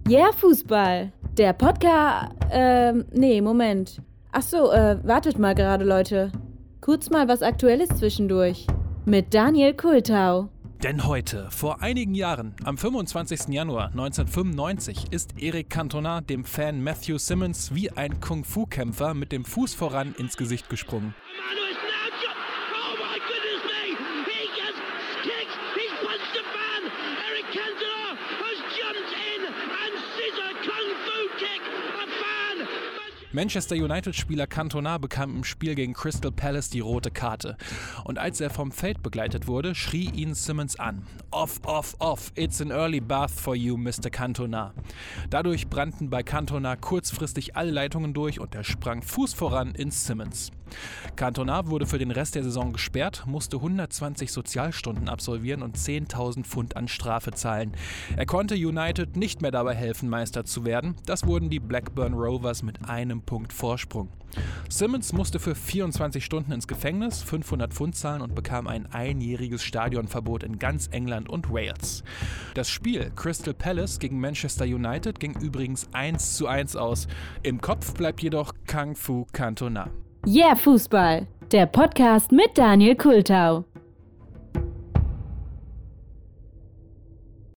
Yeah, Fußball. Der Podcast. Moment. Ach so, wartet mal gerade, Leute. Kurz mal was Aktuelles zwischendurch. Mit Daniel Kultau. Denn heute, vor einigen Jahren, am 25. Januar 1995, ist Eric Cantona dem Fan Matthew Simmons wie ein Kung-Fu-Kämpfer mit dem Fuß voran ins Gesicht gesprungen. Manchester United-Spieler Cantona bekam im Spiel gegen Crystal Palace die rote Karte. Und als er vom Feld begleitet wurde, schrie ihn Simmons an. Off, off, off, it's an early bath for you, Mr. Cantona. Dadurch brannten bei Cantona kurzfristig alle Leitungen durch und er sprang Fuß voran ins Simmons. Cantona wurde für den Rest der Saison gesperrt, musste 120 Sozialstunden absolvieren und 10.000 Pfund an Strafe zahlen. Er konnte United nicht mehr dabei helfen, Meister zu werden. Das wurden die Blackburn Rovers mit einem Punkt Vorsprung. Simmons musste für 24 Stunden ins Gefängnis, 500 Pfund zahlen und bekam ein einjähriges Stadionverbot in ganz England und Wales. Das Spiel Crystal Palace gegen Manchester United ging übrigens 1:1 aus. Im Kopf bleibt jedoch Kung Fu Cantona. Yeah, Fußball. Der Podcast mit Daniel Kultau.